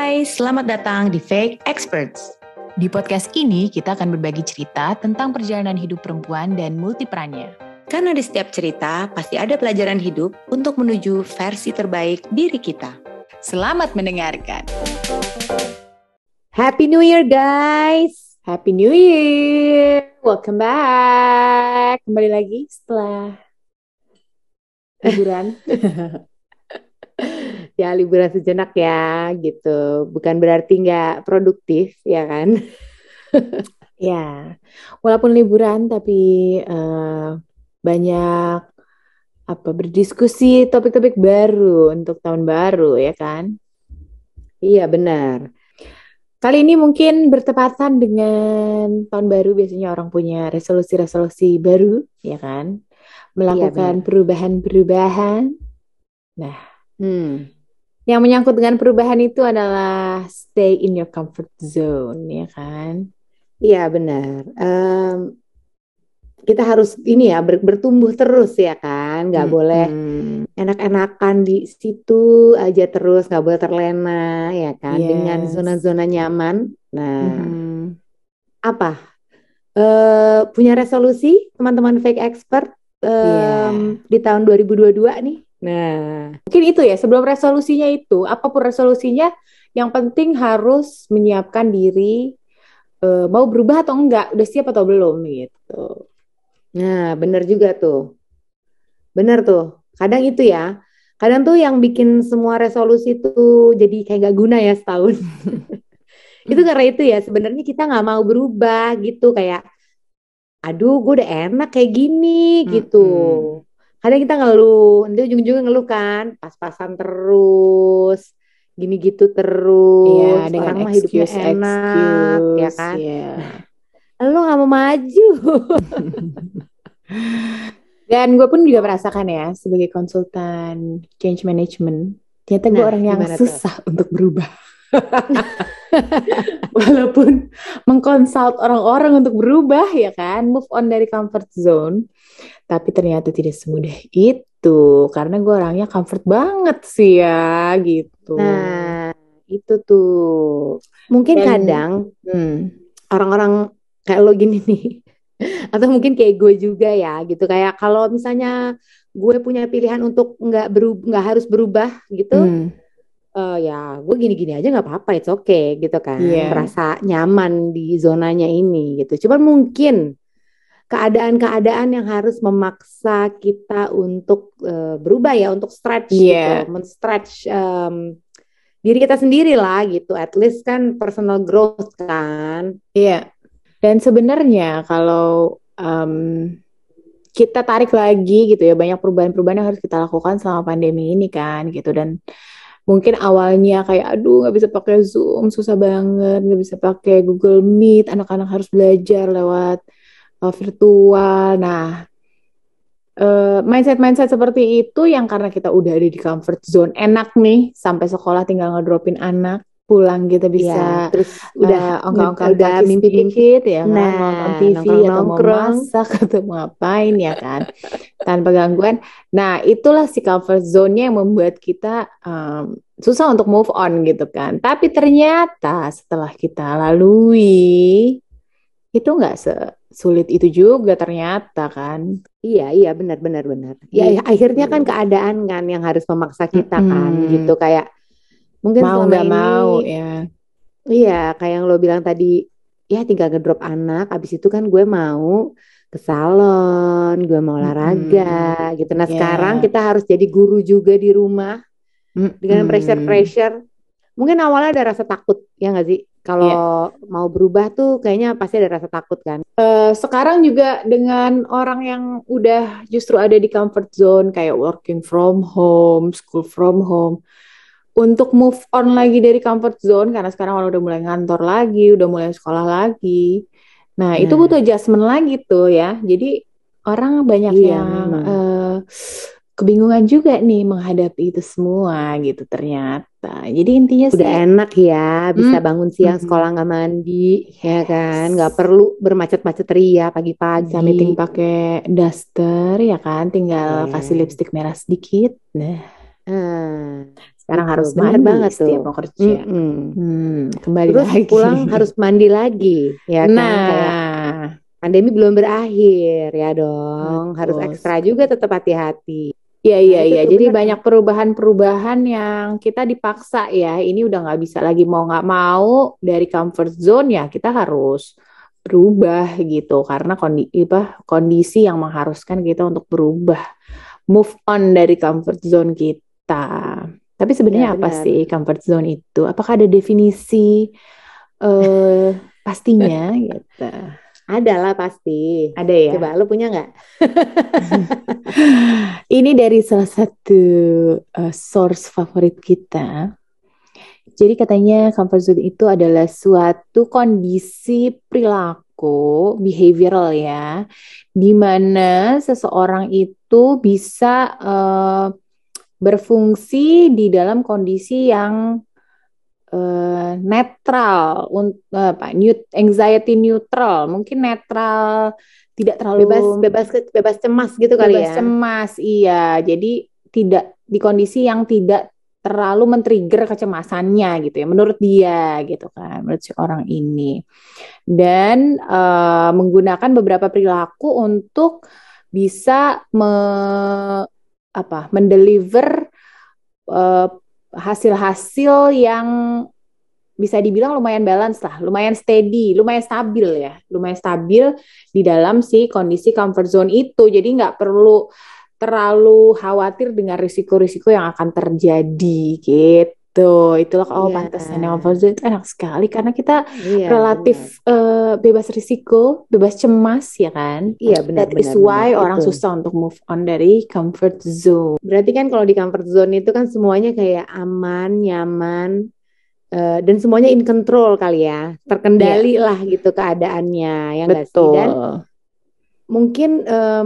guys, selamat datang di Fake Experts. Di podcast ini kita akan berbagi cerita tentang perjalanan hidup perempuan dan multiperannya. Karena di setiap cerita pasti ada pelajaran hidup untuk menuju versi terbaik diri kita. Selamat mendengarkan. Happy New Year guys. Happy New Year. Welcome back. Kembali lagi setelah liburan. Ya liburan sejenak ya gitu. Bukan berarti nggak produktif ya kan. Ya, walaupun liburan tapi banyak berdiskusi topik-topik baru untuk tahun baru ya kan. Iya benar. Kali ini mungkin bertepatan dengan tahun baru, biasanya orang punya resolusi-resolusi baru ya kan. Melakukan perubahan-perubahan. Nah, yang menyangkut dengan perubahan itu adalah stay in your comfort zone, ya kan? Iya benar. Kita harus ini ya bertumbuh terus ya kan, nggak boleh enak-enakan di situ aja terus, nggak boleh terlena ya kan, dengan zona-zona nyaman. Nah, apa? Punya resolusi teman-teman Fake Expert di tahun 2022 nih? Nah, mungkin itu ya, sebelum resolusinya itu, apapun resolusinya, yang penting harus menyiapkan diri, mau berubah atau enggak, udah siap atau belum gitu. Nah, benar juga tuh. Benar tuh. Kadang itu ya, kadang tuh yang bikin semua resolusi tuh jadi kayak gak guna ya setahun. Itu karena itu ya, sebenarnya kita gak mau berubah gitu, kayak aduh gue udah enak kayak gini gitu. Kadang kita ngeluh, nanti ujung-ujungnya ngeluh kan, pas-pasan terus, gini gitu terus, Iya, dengan orang mah hidupnya enak, ya kan? Nah, lu gak mau maju. Dan gue pun juga merasakan ya, sebagai konsultan change management, ternyata gue orang yang susah untuk berubah. Walaupun mengkonsult orang-orang untuk berubah ya kan, move on dari comfort zone, tapi ternyata tidak semudah itu, karena gue orangnya comfort banget sih ya gitu. Nah itu tuh mungkin kadang orang-orang kayak lo gini nih, atau mungkin kayak gue juga ya gitu, kayak kalau misalnya gue punya pilihan untuk nggak harus berubah gitu, ya gue gini-gini aja nggak apa-apa, it's okay gitu kan, merasa nyaman di zonanya ini gitu. Cuman mungkin keadaan-keadaan yang harus memaksa kita untuk berubah ya, untuk stretch gitu, men-stretch diri kita sendiri lah gitu, at least kan personal growth kan. Iya. Dan sebenarnya kalau kita tarik lagi gitu ya, banyak perubahan-perubahan yang harus kita lakukan selama pandemi ini kan gitu. Dan mungkin awalnya kayak aduh nggak bisa pakai Zoom, susah banget, nggak bisa pakai Google Meet, anak-anak harus belajar lewat virtual. Nah, mindset-mindset seperti itu yang karena kita udah ada di comfort zone, enak nih sampai sekolah tinggal ngedropin anak, pulang kita bisa terus udah ongkang-ongkang kaki sedikit ya kan, nonton TV atau mau masak atau mau ngapain ya kan, tanpa gangguan. Nah itulah si comfort zone-nya yang membuat kita susah untuk move on gitu kan. Tapi ternyata setelah kita lalui itu nggak sesulit itu juga ternyata kan. Iya benar. Ya akhirnya kan keadaan kan yang harus memaksa kita kan gitu, kayak mungkin mau selama ini mau ya. Iya, kayak yang lo bilang tadi, ya tinggal ngedrop anak, abis itu kan gue mau ke salon, gue mau olahraga gitu. Nah sekarang kita harus jadi guru juga di rumah dengan pressure. Mungkin awalnya ada rasa takut, ya nggak sih? Kalau mau berubah tuh kayaknya pasti ada rasa takut kan. Sekarang juga dengan orang yang udah justru ada di comfort zone, kayak working from home, school from home, untuk move on lagi dari comfort zone, karena sekarang orang udah mulai ngantor lagi, udah mulai sekolah lagi. Nah, itu butuh adjustment lagi tuh ya. Jadi orang banyak yang kebingungan juga nih menghadapi itu semua gitu ternyata. Jadi intinya udah sih enak ya, bisa bangun siang sekolah nggak mandi, ya kan? Nggak perlu bermacet-macet ria pagi-pagi. Bisa meeting pakai duster ya kan, tinggal kasih lipstick merah sedikit. Nah. Sekarang gitu. harus Bener mandi banget setiap tuh. mau kerja. Kembali Terus lagi. pulang harus mandi lagi, ya kan? Kayak Nah, pandemi belum berakhir ya dong. Harus betul ekstra juga sekali. tetap hati-hati. Iya, Nah iya, itu iya. tuh Jadi bener kan? banyak perubahan-perubahan yang kita dipaksa ya. Ini udah nggak bisa lagi mau nggak mau dari comfort zone ya. Kita harus berubah gitu karena kondisi yang mengharuskan kita untuk berubah, move on dari comfort zone kita. Tapi Ya sebenarnya apa benar. sih comfort zone itu? Apakah ada definisi pastinya gitu? Ada lah pasti. Ada ya. Coba lu punya nggak? Ini dari salah satu source favorit kita. Jadi katanya comfort zone itu adalah suatu kondisi perilaku behavioral ya, di mana seseorang itu bisa berfungsi di dalam kondisi yang netral, anxiety neutral, mungkin netral, tidak Bebas terlalu bebas bebas cemas gitu kali bebas ya. cemas, iya. Jadi tidak di kondisi yang tidak terlalu men-trigger kecemasannya gitu ya, menurut dia gitu kan, menurut si orang ini. Dan menggunakan beberapa perilaku untuk bisa mendeliver eh, hasil-hasil yang bisa dibilang lumayan balance lah, lumayan steady, lumayan stabil di dalam si kondisi comfort zone itu. Jadi nggak perlu terlalu khawatir dengan risiko-risiko yang akan terjadi gitu. Itulah Iya, pantasnya comfort zone itu enak sekali karena kita iya benar. relatif bebas risiko, bebas cemas ya kan. Iya benar That is benar benar why orang itu. susah untuk move on dari comfort zone. Berarti kan kalau di comfort zone itu kan semuanya kayak aman, nyaman, dan semuanya in control kali ya, Iya, terkendali lah gitu keadaannya, ya enggak sih? Dan betul. mungkin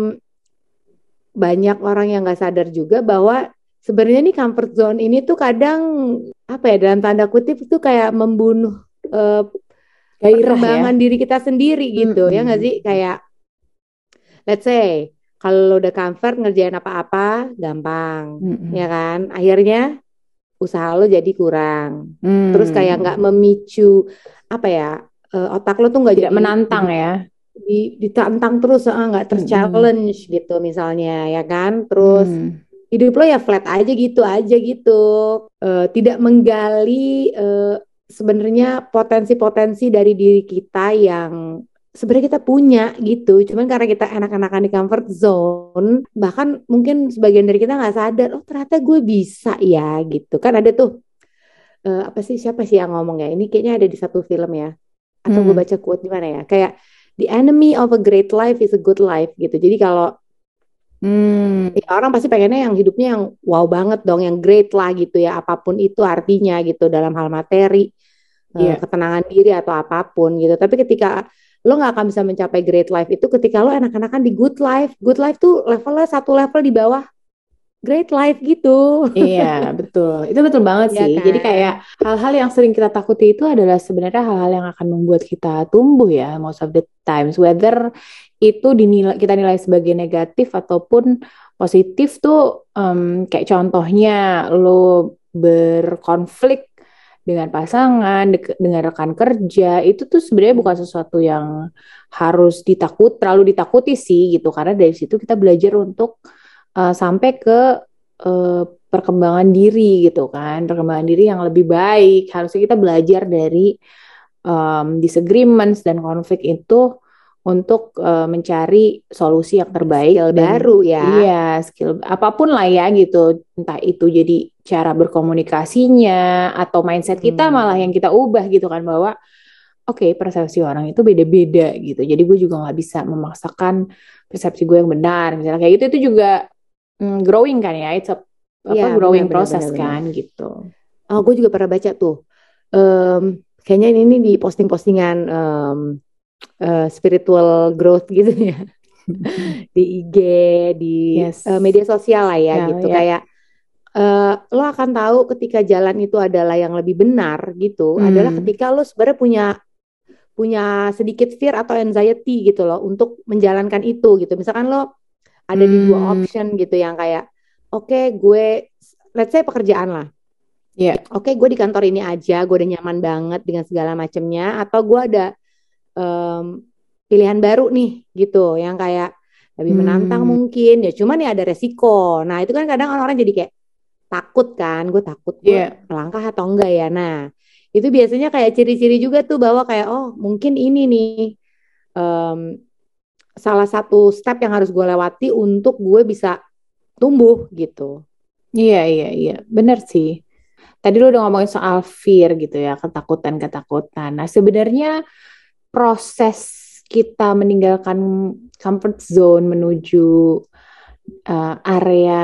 banyak orang yang nggak sadar juga bahwa sebenarnya nih comfort zone ini tuh kadang apa ya dalam tanda kutip itu kayak membunuh eh, Gairah ya. perkembangan diri kita sendiri gitu, ya nggak Mm-mm. sih? Kayak let's say kalau lo udah comfort ngerjain apa-apa gampang, ya Mm-mm. kan? Akhirnya usaha lo jadi kurang. Terus kayak nggak Hmm. memicu apa ya otak lo tuh nggak Tidak jadi menantang ya. ditantang terus, nggak Mm-mm. terchallenge gitu misalnya ya kan. Terus Hmm. hidup lo ya flat aja gitu. Tidak menggali sebenarnya potensi-potensi dari diri kita yang sebenarnya kita punya gitu. Cuman karena kita enak-enakan di comfort zone, bahkan mungkin sebagian dari kita nggak sadar, oh ternyata gue bisa ya gitu. Kan ada tuh apa sih siapa sih yang ngomong ya? Ini kayaknya ada di satu film ya. Atau gue Hmm. baca quote di mana ya? Kayak the enemy of a great life is a good life gitu. Jadi kalau Hmm. ya orang pasti pengennya yang hidupnya yang wow banget dong, yang great lah gitu ya, apapun itu artinya gitu dalam hal materi, Iya. ketenangan diri atau apapun gitu. Tapi ketika lo nggak akan bisa mencapai great life itu ketika lo enak-enakan di good life. Good life tuh levelnya satu level di bawah great life gitu. Iya, betul. Itu betul banget Iya sih. Jadi kayak kan? hal-hal yang sering kita takuti itu adalah sebenarnya hal-hal yang akan membuat kita tumbuh ya, most of the times. Whether itu kita nilai sebagai negatif ataupun positif tuh kayak contohnya lo berkonflik dengan pasangan, dengan rekan kerja, itu tuh sebenarnya bukan sesuatu yang harus terlalu ditakuti sih gitu. Karena dari situ kita belajar untuk sampai ke perkembangan diri gitu kan, perkembangan diri yang lebih baik. Harusnya kita belajar dari disagreements dan konflik itu untuk mencari solusi yang terbaik Skill dan baru ya. iya skill apapun lah ya gitu, entah itu jadi cara berkomunikasinya atau mindset kita malah yang kita ubah gitu kan, bahwa oke, persepsi orang itu beda-beda gitu. Jadi gue juga nggak bisa memaksakan persepsi gue yang benar. Misalnya kayak gitu itu juga growing kan ya. It's a Iya benar growing benar process benar benar. kan gitu. Oh, gue juga pernah baca tuh. Kayaknya ini di posting-postingan spiritual growth gitu ya. Di IG, di Yes. media sosial lah ya Ya, gitu. ya. Kayak lo akan tahu ketika jalan itu adalah yang lebih benar gitu. Adalah ketika lo sebenarnya punya sedikit fear atau anxiety gitu loh untuk menjalankan itu gitu. Misalkan lo ada di dua option gitu yang kayak, oke, gue let's say pekerjaan lah. Iya. Oke, gue di kantor ini aja, gue udah nyaman banget dengan segala macamnya, atau gue ada em, pilihan baru nih gitu, yang kayak lebih menantang Hmm, mungkin ya, cuman ya ada resiko. Nah itu kan kadang orang-orang jadi kayak takut kan, gue takut gue iya. melangkah atau enggak ya. Nah itu biasanya kayak ciri-ciri juga tuh bahwa kayak oh mungkin ini nih em, salah satu step yang harus gue lewati untuk gue bisa tumbuh gitu. Iya, iya, iya. Benar sih. Tadi lu udah ngomongin soal fear gitu ya, ketakutan-ketakutan. Nah, sebenarnya proses kita meninggalkan comfort zone menuju area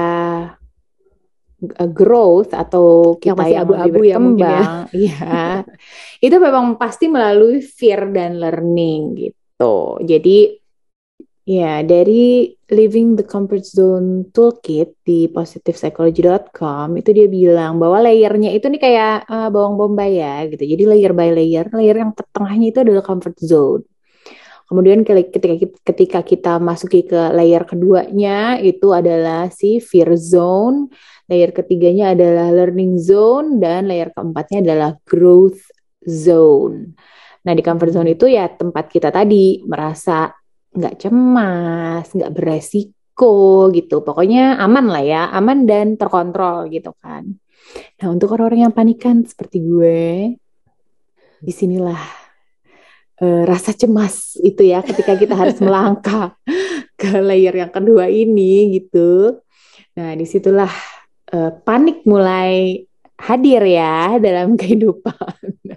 growth atau Yang kita masih yang lebih abu-abu ya mungkin ya. berkembang, ya, itu memang pasti melalui fear dan learning gitu. Jadi ya, dari Living the Comfort Zone Toolkit di positivepsychology.com itu dia bilang bahwa layernya itu nih kayak bawang bombay ya gitu. Jadi layer by layer, layer yang tengahnya itu adalah comfort zone. Kemudian ketika kita masuki ke layer keduanya itu adalah si fear zone, layer ketiganya adalah learning zone dan layer keempatnya adalah growth zone. Nah, di comfort zone itu ya tempat kita tadi merasa nggak cemas, nggak beresiko gitu. Pokoknya aman lah ya, aman dan terkontrol gitu kan. Nah, untuk orang-orang yang panikan seperti gue, disinilah rasa cemas itu ya ketika kita harus melangkah ke layer yang kedua ini gitu. Nah, disitulah panik mulai hadir ya dalam kehidupan.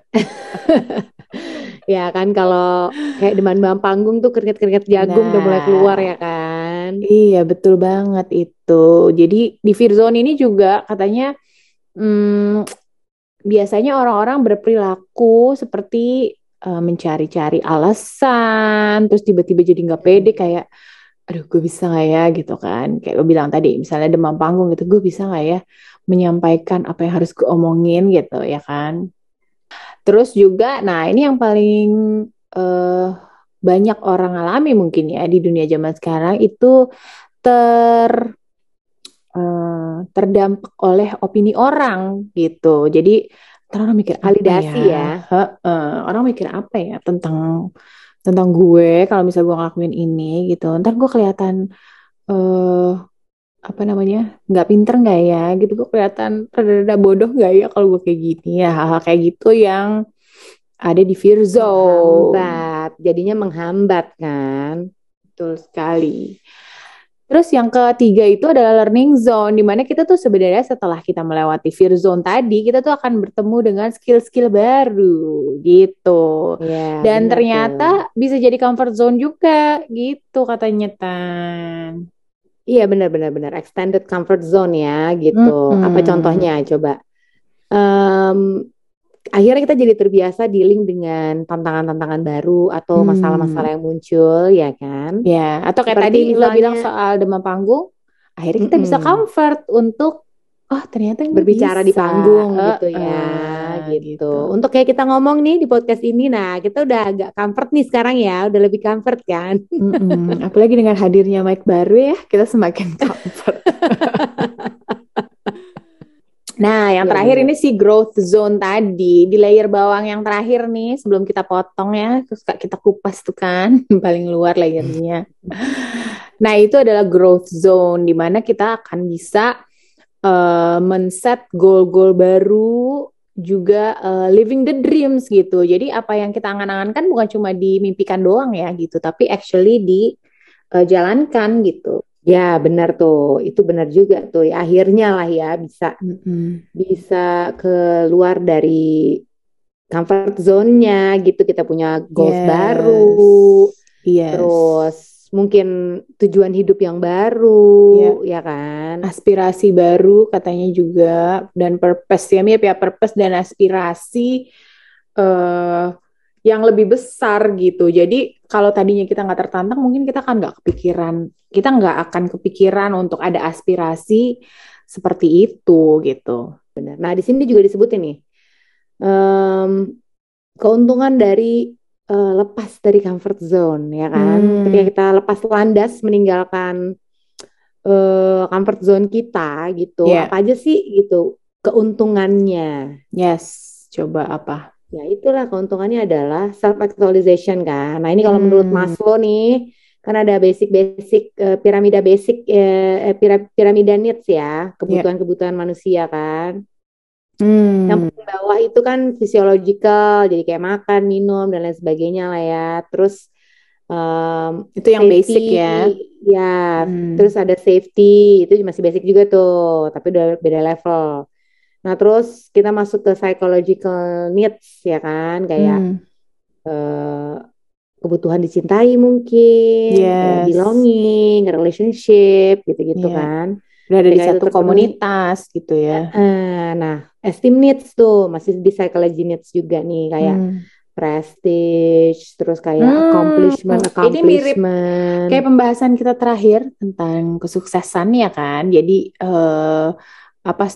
Ya kan kalau kayak demam panggung tuh keringet-keringet jagung udah mulai keluar ya Benar. kan. Iya, betul banget itu. Jadi di fear zone ini juga katanya hmm, biasanya orang-orang berperilaku seperti mencari-cari alasan, terus tiba-tiba jadi nggak pede kayak, aduh gue bisa nggak ya gitu kan. Kayak lo bilang tadi, misalnya demam panggung gitu, gue bisa nggak ya menyampaikan apa yang harus gue omongin gitu ya kan. Terus juga, nah ini yang paling eh, banyak orang alami mungkin ya di dunia zaman sekarang itu ter terdampak oleh opini orang gitu. Jadi ntar orang mikir apa ya? Validasi ya. Orang mikir apa ya tentang gue kalau misalnya gue ngelakuin ini gitu. Ntar gue kelihatan eh apa namanya nggak pinter nggak ya gitu. Gue kelihatan rada-rada bodoh nggak ya kalau gue kayak gini ya. Hal-hal kayak gitu yang ada di fear zone. Menghambat, jadinya menghambat kan. Betul sekali. Terus yang ketiga itu adalah learning zone, di mana kita tuh sebenarnya setelah kita melewati fear zone tadi, kita tuh akan bertemu dengan skill-skill baru gitu. Ya, Dan benar tuh. ternyata bisa jadi comfort zone juga gitu katanya Tan. Iya, benar-benar benar. Extended comfort zone ya, gitu. Apa Mm-mm. contohnya? Coba. Em, Akhirnya kita jadi terbiasa dealing dengan tantangan-tantangan baru atau masalah-masalah Hmm. yang muncul, ya kan? Ya, atau kayak Seperti tadi lo misalnya bilang soal demam panggung, akhirnya kita bisa mm-mm, comfort untuk, oh ternyata gue berbicara di bisa, panggung gitu ya, gitu. gitu. Untuk kayak kita ngomong nih di podcast ini, nah kita udah agak comfort nih sekarang ya, udah lebih comfort kan? Mm-mm. Apalagi dengan hadirnya mic baru ya, kita semakin comfort. Nah, yang Iya terakhir benar. ini si growth zone tadi, di layer bawang yang terakhir nih, sebelum kita potong ya, terus kita kupas tuh kan, paling luar layernya. Nah, itu adalah growth zone, di mana kita akan bisa men-set goal-goal baru, juga living the dreams gitu. Jadi apa yang kita angan-angankan bukan cuma dimimpikan doang ya gitu, tapi actually dijalankan gitu. Ya benar tuh, itu benar juga tuh. Ya, akhirnya lah ya bisa Mm-mm. bisa keluar dari comfort zone-nya gitu. Kita punya goals baru, Yes, yes, terus mungkin tujuan hidup yang baru, ya. ya kan? Aspirasi baru katanya juga dan purpose ya mirip ya purpose dan aspirasi eh yang lebih besar gitu. Jadi kalau tadinya kita nggak tertantang, mungkin kita kan nggak kepikiran, kita nggak akan kepikiran untuk ada aspirasi seperti itu gitu. Benar. Nah, di sini juga disebutin nih em, keuntungan dari lepas dari comfort zone, ya kan? Ketika Hmm, kita lepas landas meninggalkan comfort zone kita gitu, apa ya, aja sih gitu? keuntungannya. Yes, coba apa? Ya itulah keuntungannya adalah self actualization kan. Nah ini kalau menurut Maslow nih, kan ada basic-basic piramida basic piramida needs ya, kebutuhan-kebutuhan manusia kan. Yang paling bawah itu kan physiological, jadi kayak makan, minum dan lain sebagainya lah ya. Terus itu yang safety, basic ya. Ya, terus ada safety, itu masih basic juga tuh, tapi udah beda level. Nah, terus kita masuk ke psychological needs ya kan, kayak kebutuhan dicintai mungkin, belonging, relationship gitu-gitu kan. Udah ada di satu komunitas gitu ya. Nah, esteem needs tuh masih di psychology needs juga nih, kayak prestige, terus kayak accomplishment. Ini mirip kayak pembahasan kita terakhir tentang kesuksesan ya kan. Jadi apa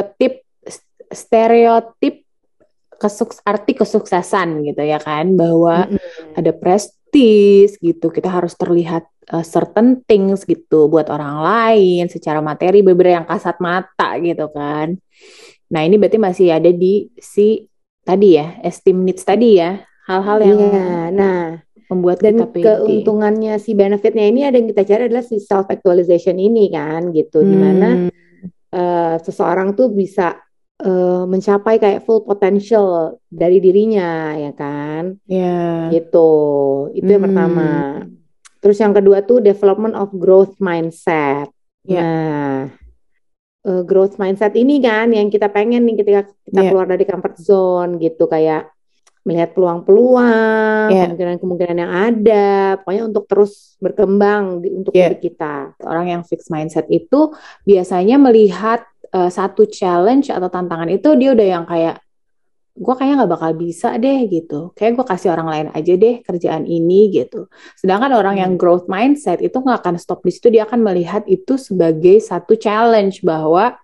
stereotip arti kesuksesan gitu ya kan, bahwa ada prestige gitu, kita harus terlihat certain things gitu buat orang lain secara materi, beberapa yang kasat mata gitu kan. Nah ini berarti masih ada di si tadi ya, esteem needs tadi ya, hal-hal yang membuat dan kita pede. Keuntungannya si benefitnya ini ada yang kita cari adalah si self actualization ini kan gitu, dimana seseorang tuh bisa mencapai kayak full potential dari dirinya ya kan, gitu. Itu yang pertama. Terus yang kedua tuh development of growth mindset. Nah, growth mindset ini kan yang kita pengen nih ketika kita keluar dari comfort zone gitu, kayak melihat peluang-peluang, kemungkinan-kemungkinan yang ada, pokoknya untuk terus berkembang untuk diri kita. Orang yang fixed mindset itu biasanya melihat satu challenge atau tantangan itu dia udah yang kayak, gue kayaknya nggak bakal bisa deh gitu, kayak gue kasih orang lain aja deh kerjaan ini gitu. Sedangkan orang yang growth mindset itu nggak akan stop di situ, dia akan melihat itu sebagai satu challenge, bahwa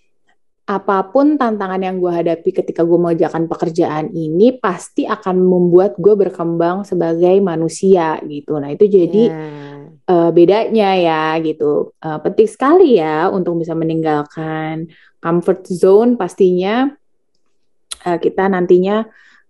apapun tantangan yang gue hadapi ketika gue mengerjakan pekerjaan ini pasti akan membuat gue berkembang sebagai manusia gitu. Nah itu jadi bedanya ya gitu. Penting sekali ya untuk bisa meninggalkan comfort zone, pastinya kita nantinya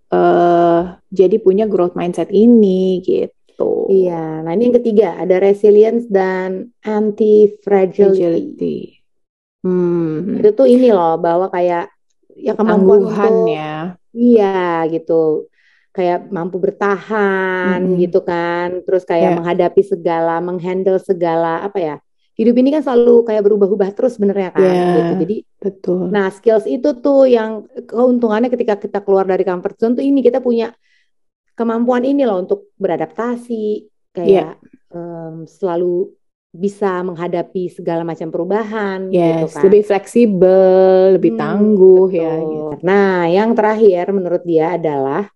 jadi punya growth mindset ini gitu. Iya, nah ini yang ketiga, ada resilience dan anti-fragility. Itu tuh ini loh, bahwa kayak ya kemampuan untuk iya gitu, kayak mampu bertahan gitu kan, terus kayak menghadapi segala, menghandle segala apa ya, hidup ini kan selalu kayak berubah-ubah terus sebenarnya kan gitu. Jadi nah skills itu tuh yang keuntungannya ketika kita keluar dari comfort zone tuh, ini kita punya kemampuan ini loh untuk beradaptasi, kayak selalu bisa menghadapi segala macam perubahan gitu kan. Lebih fleksibel, lebih tangguh ya gitu. Nah, yang terakhir menurut dia adalah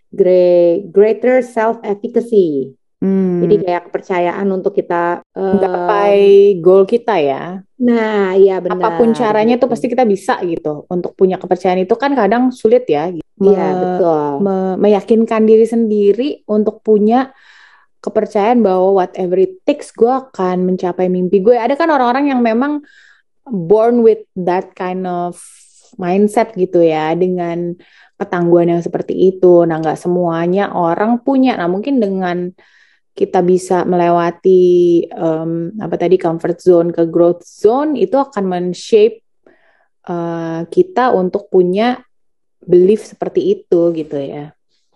greater self-efficacy. Jadi kayak kepercayaan untuk kita menggapai goal kita ya. Nah, iya benar. Apapun caranya tuh pasti kita bisa gitu. Untuk punya kepercayaan itu kan kadang sulit ya. Iya, betul. Meyakinkan diri sendiri untuk punya kepercayaan bahwa whatever it takes, gue akan mencapai mimpi gue. Ada kan orang-orang yang memang born with that kind of mindset gitu ya, dengan ketangguhan yang seperti itu. Nah, nggak semuanya orang punya. Nah, mungkin dengan kita bisa melewati comfort zone ke growth zone, itu akan men-shape kita untuk punya belief seperti itu gitu ya.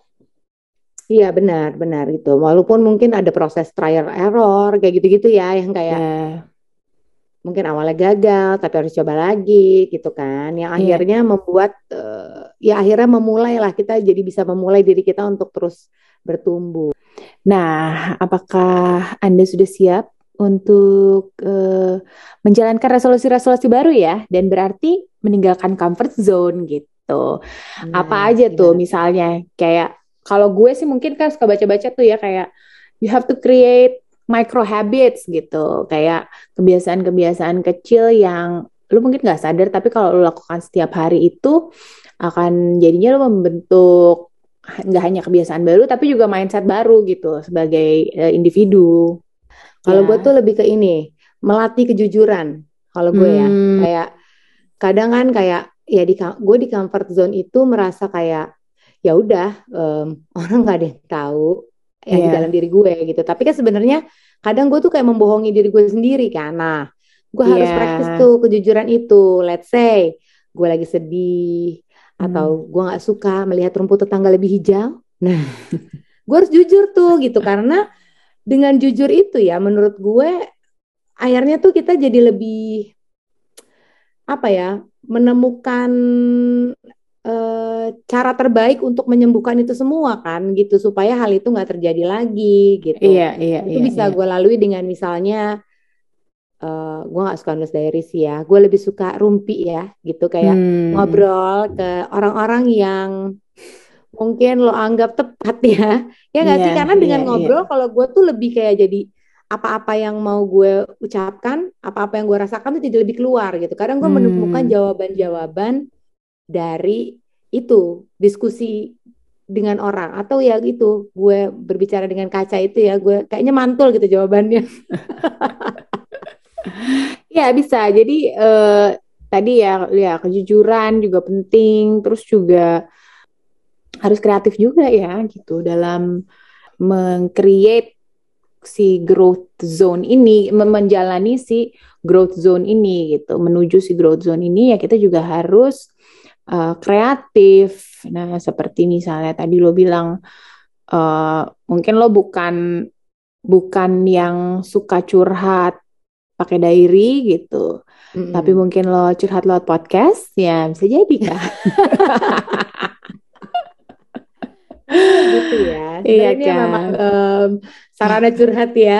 Iya benar gitu. Walaupun mungkin ada proses trial error kayak gitu-gitu ya, yang kayak mungkin awalnya gagal tapi harus coba lagi gitu kan. Yang akhirnya membuat akhirnya memulailah, kita jadi bisa memulai diri kita untuk terus bertumbuh. Nah, apakah Anda sudah siap untuk menjalankan resolusi-resolusi baru ya, dan berarti meninggalkan comfort zone gitu? Apa aja tuh misalnya, kayak kalau gue sih mungkin kan suka baca-baca tuh ya, kayak you have to create micro habits gitu, kayak kebiasaan-kebiasaan kecil yang lu mungkin nggak sadar, tapi kalau lu lakukan setiap hari itu akan jadinya lu membentuk nggak hanya kebiasaan baru, tapi juga mindset baru gitu sebagai individu. Kalau gue tuh lebih ke ini, melatih kejujuran. Kalau gue ya, kayak kadang kan kayak ya gue di comfort zone itu merasa kayak ya udah orang nggak ada yang tahu yang di dalam diri gue gitu. Tapi kan sebenarnya kadang gue tuh kayak membohongi diri gue sendiri kan. Nah, gue harus praktis tuh kejujuran itu. Let's say gue lagi sedih atau gue nggak suka melihat rumput tetangga lebih hijau. Nah, gue harus jujur tuh gitu karena dengan jujur itu ya menurut gue akhirnya tuh kita jadi lebih apa ya menemukan cara terbaik untuk menyembuhkan itu semua kan gitu supaya hal itu nggak terjadi lagi gitu. Itu bisa gue lalui dengan misalnya gue nggak suka nulis diary sih ya, gue lebih suka rumpi ya gitu kayak ngobrol ke orang-orang yang mungkin lo anggap tepat ya nggak sih karena dengan ngobrol kalau gue tuh lebih kayak jadi apa-apa yang mau gue ucapkan, apa-apa yang gue rasakan tuh jadi lebih keluar gitu. Kadang gue menemukan jawaban-jawaban dari itu diskusi dengan orang atau ya gitu gue berbicara dengan kaca itu ya gue kayaknya mantul gitu jawabannya. Ya bisa. Jadi tadi ya kejujuran juga penting. Terus juga harus kreatif juga ya gitu dalam meng-create si growth zone ini, menjalani si growth zone ini gitu. Menuju si growth zone ini ya kita juga harus kreatif. Nah, seperti misalnya tadi lo bilang mungkin lo bukan yang suka curhat pakai diary gitu. Tapi mungkin lo curhat lewat podcast, ya bisa jadi kan. Gitu ya. Iya ini kan? Memang sarana curhat ya.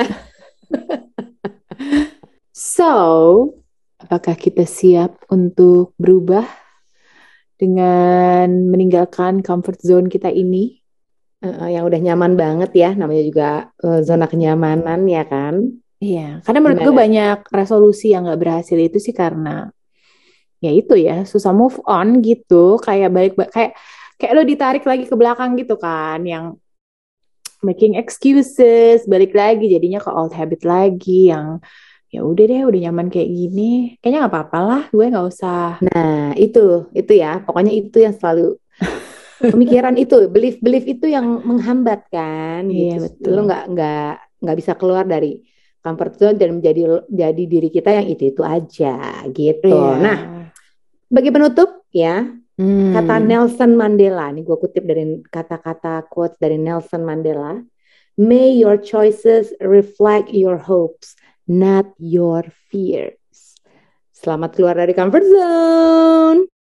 So, apakah kita siap untuk berubah dengan meninggalkan comfort zone kita ini? Yang udah nyaman banget ya, namanya juga zona kenyamanan ya kan. Iya, karena menurut gue banyak resolusi yang gak berhasil itu sih karena ya itu ya susah move on gitu, kayak kayak lo ditarik lagi ke belakang gitu kan, yang making excuses, balik lagi jadinya ke old habit lagi yang ya udah deh udah nyaman kayak gini, kayaknya nggak apa-apa lah, gue nggak usah. Nah itu ya, pokoknya itu yang selalu pemikiran itu, belief itu yang menghambat kan, gitu. Iya, betul. Lo nggak bisa keluar dari comfort zone dan jadi diri kita yang itu aja gitu. Iya. Nah, bagi penutup ya, kata Nelson Mandela, nih gue kutip dari kata-kata quotes dari Nelson Mandela, may your choices reflect your hopes, not your fears. Selamat keluar dari comfort zone.